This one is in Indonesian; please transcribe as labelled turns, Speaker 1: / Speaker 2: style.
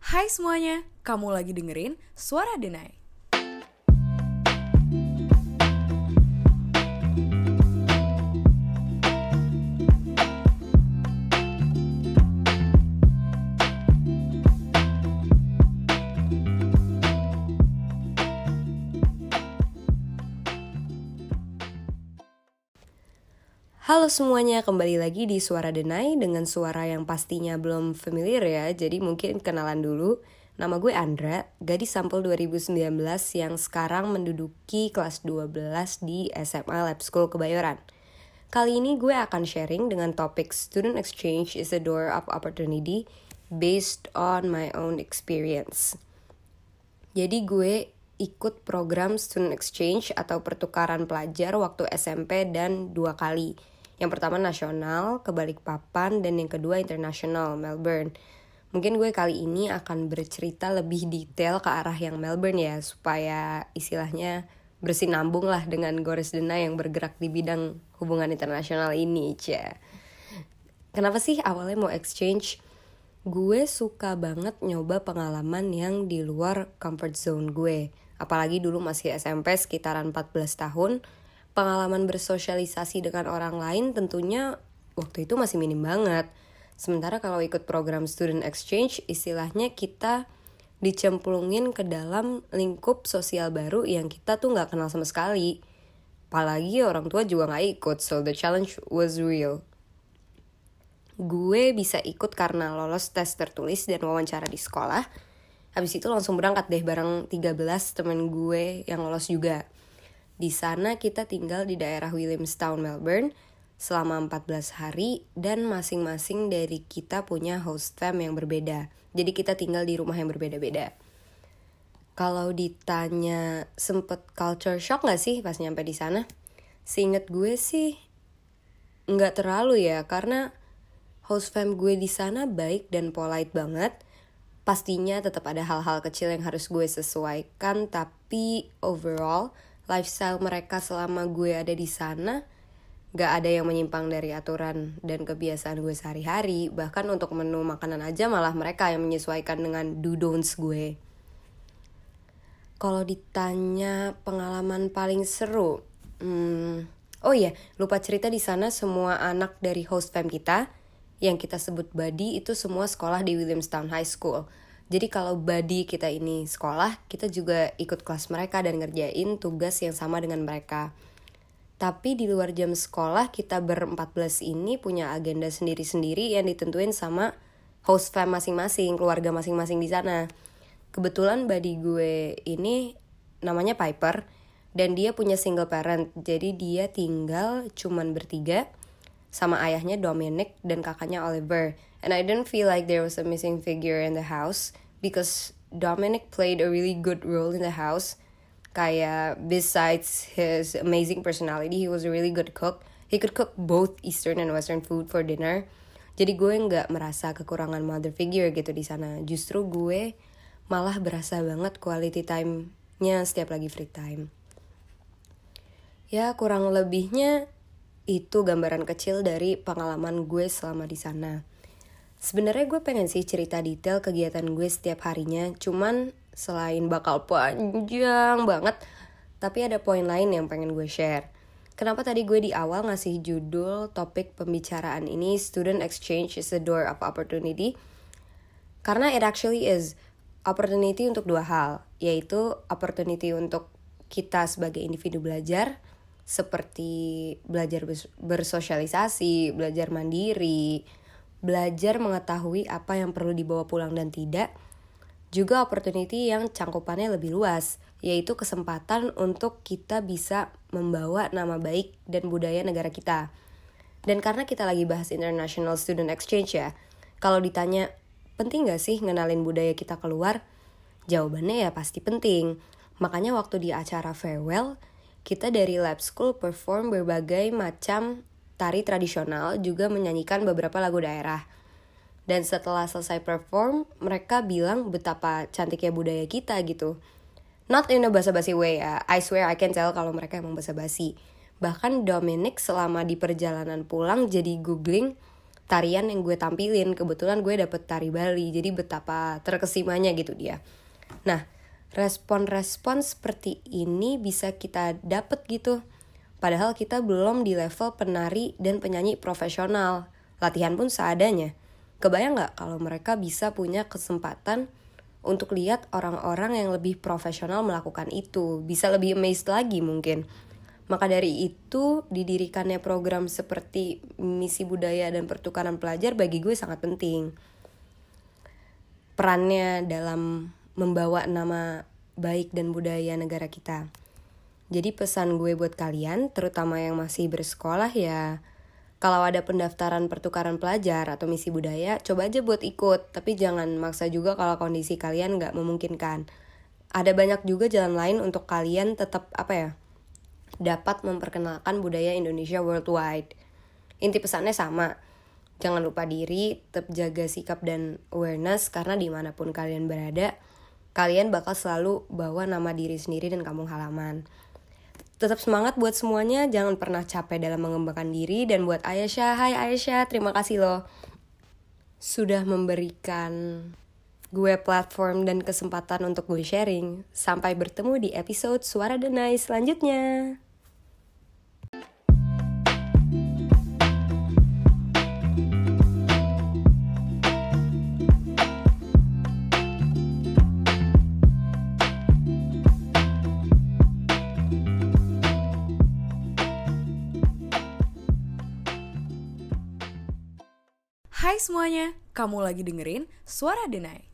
Speaker 1: Hai semuanya, kamu lagi dengerin Suara Denai.
Speaker 2: Halo semuanya, kembali lagi di Suara Denai dengan suara yang pastinya belum familiar ya, jadi mungkin kenalan dulu. Nama gue Andra, gadis sampel 2019 yang sekarang menduduki kelas 12 di SMA Lab School Kebayoran. Kali ini gue akan sharing dengan topik Student Exchange is a Door of Opportunity based on my own experience. Jadi gue ikut program Student Exchange atau pertukaran pelajar waktu SMP dan 2 kali. Yang pertama nasional ke Balikpapan dan yang kedua internasional Melbourne. Mungkin gue kali ini akan bercerita lebih detail ke arah yang Melbourne ya, supaya istilahnya bersinambung lah dengan Gores Dena yang bergerak di bidang hubungan internasional ini. Kenapa sih awalnya mau exchange? Gue suka banget nyoba pengalaman yang di luar comfort zone gue. Apalagi dulu masih SMP sekitaran 14 tahun. Pengalaman bersosialisasi dengan orang lain tentunya waktu itu masih minim banget. Sementara kalau ikut program student exchange, istilahnya kita dicemplungin ke dalam lingkup sosial baru yang kita tuh gak kenal sama sekali. Apalagi orang tua juga gak ikut, so the challenge was real. Gue bisa ikut karena lolos tes tertulis dan wawancara di sekolah. Habis itu langsung berangkat deh bareng 13 temen gue yang lolos juga. Di sana kita tinggal di daerah Williamstown, Melbourne selama 14 hari dan masing-masing dari kita punya host fam yang berbeda. Jadi kita tinggal di rumah yang berbeda-beda. Kalau ditanya sempet culture shock gak sih pas nyampe di sana? Seinget gue sih gak terlalu ya, karena host fam gue di sana baik dan polite banget. Pastinya tetap ada hal-hal kecil yang harus gue sesuaikan, tapi overall lifestyle mereka selama gue ada di sana gak ada yang menyimpang dari aturan dan kebiasaan gue sehari-hari. Bahkan untuk menu makanan aja malah mereka yang menyesuaikan dengan do-don'ts gue. Kalau ditanya pengalaman paling seru, oh iya, lupa cerita di sana semua anak dari host fam kita yang kita sebut buddy itu semua sekolah di Williamstown High School. Jadi kalau buddy kita ini sekolah, kita juga ikut kelas mereka dan ngerjain tugas yang sama dengan mereka. Tapi di luar jam sekolah, kita ber-14 ini punya agenda sendiri-sendiri yang ditentuin sama host fam masing-masing, keluarga masing-masing di sana. Kebetulan buddy gue ini namanya Piper, dan dia punya single parent, jadi dia tinggal cuman bertiga sama ayahnya Dominic dan kakaknya Oliver. And I didn't feel like there was a missing figure in the house because Dominic played a really good role in the house. Kayak besides his amazing personality, he was a really good cook. He could cook both Eastern and Western food for dinner. Jadi gue nggak merasa kekurangan mother figure gitu di sana. Justru gue malah berasa banget quality time-nya setiap lagi free time. Ya kurang lebihnya itu gambaran kecil dari pengalaman gue selama di sana. Sebenarnya gue pengen sih cerita detail kegiatan gue setiap harinya, cuman selain bakal panjang banget, tapi ada poin lain yang pengen gue share. Kenapa tadi gue di awal ngasih judul topik pembicaraan ini Student Exchange is a Door of Opportunity? Karena it actually is opportunity untuk dua hal, yaitu opportunity untuk kita sebagai individu belajar, seperti belajar bersosialisasi, belajar mandiri, belajar mengetahui apa yang perlu dibawa pulang dan tidak. Juga opportunity yang cangkupannya lebih luas, yaitu kesempatan untuk kita bisa membawa nama baik dan budaya negara kita. Dan karena kita lagi bahas International Student Exchange ya, kalau ditanya penting gak sih ngenalin budaya kita keluar? Jawabannya ya pasti penting. Makanya waktu di acara farewell, kita dari Lab School perform berbagai macam tari tradisional, juga menyanyikan beberapa lagu daerah. Dan setelah selesai perform, mereka bilang betapa cantiknya budaya kita gitu. Not in a basa-basi way ya, I swear I can tell kalau mereka emang basa-basi. Bahkan Dominic selama di perjalanan pulang jadi googling tarian yang gue tampilin. Kebetulan gue dapet tari Bali, jadi betapa terkesimanya gitu dia. Nah, respon-respon seperti ini bisa kita dapet gitu. Padahal kita belum di level penari dan penyanyi profesional. Latihan pun seadanya. Kebayang gak kalau mereka bisa punya kesempatan untuk lihat orang-orang yang lebih profesional melakukan itu? Bisa lebih amazed lagi mungkin. Maka dari itu, didirikannya program seperti Misi Budaya dan Pertukaran Pelajar bagi gue sangat penting. Perannya dalam membawa nama baik dan budaya negara kita. Jadi pesan gue buat kalian, terutama yang masih bersekolah ya, kalau ada pendaftaran pertukaran pelajar atau misi budaya, coba aja buat ikut. Tapi jangan maksa juga kalau kondisi kalian gak memungkinkan. Ada banyak juga jalan lain untuk kalian tetap dapat memperkenalkan budaya Indonesia worldwide. Inti pesannya sama. Jangan lupa diri, tetap jaga sikap dan awareness. Karena dimanapun kalian berada, kalian bakal selalu bawa nama diri sendiri dan kampung halaman. Tetap semangat buat semuanya, jangan pernah capek dalam mengembangkan diri. Dan buat Aisyah, hai Aisyah, terima kasih loh sudah memberikan gue platform dan kesempatan untuk gue sharing. Sampai bertemu di episode Suara Denai selanjutnya.
Speaker 1: Hai semuanya, kamu lagi dengerin Suara Denai.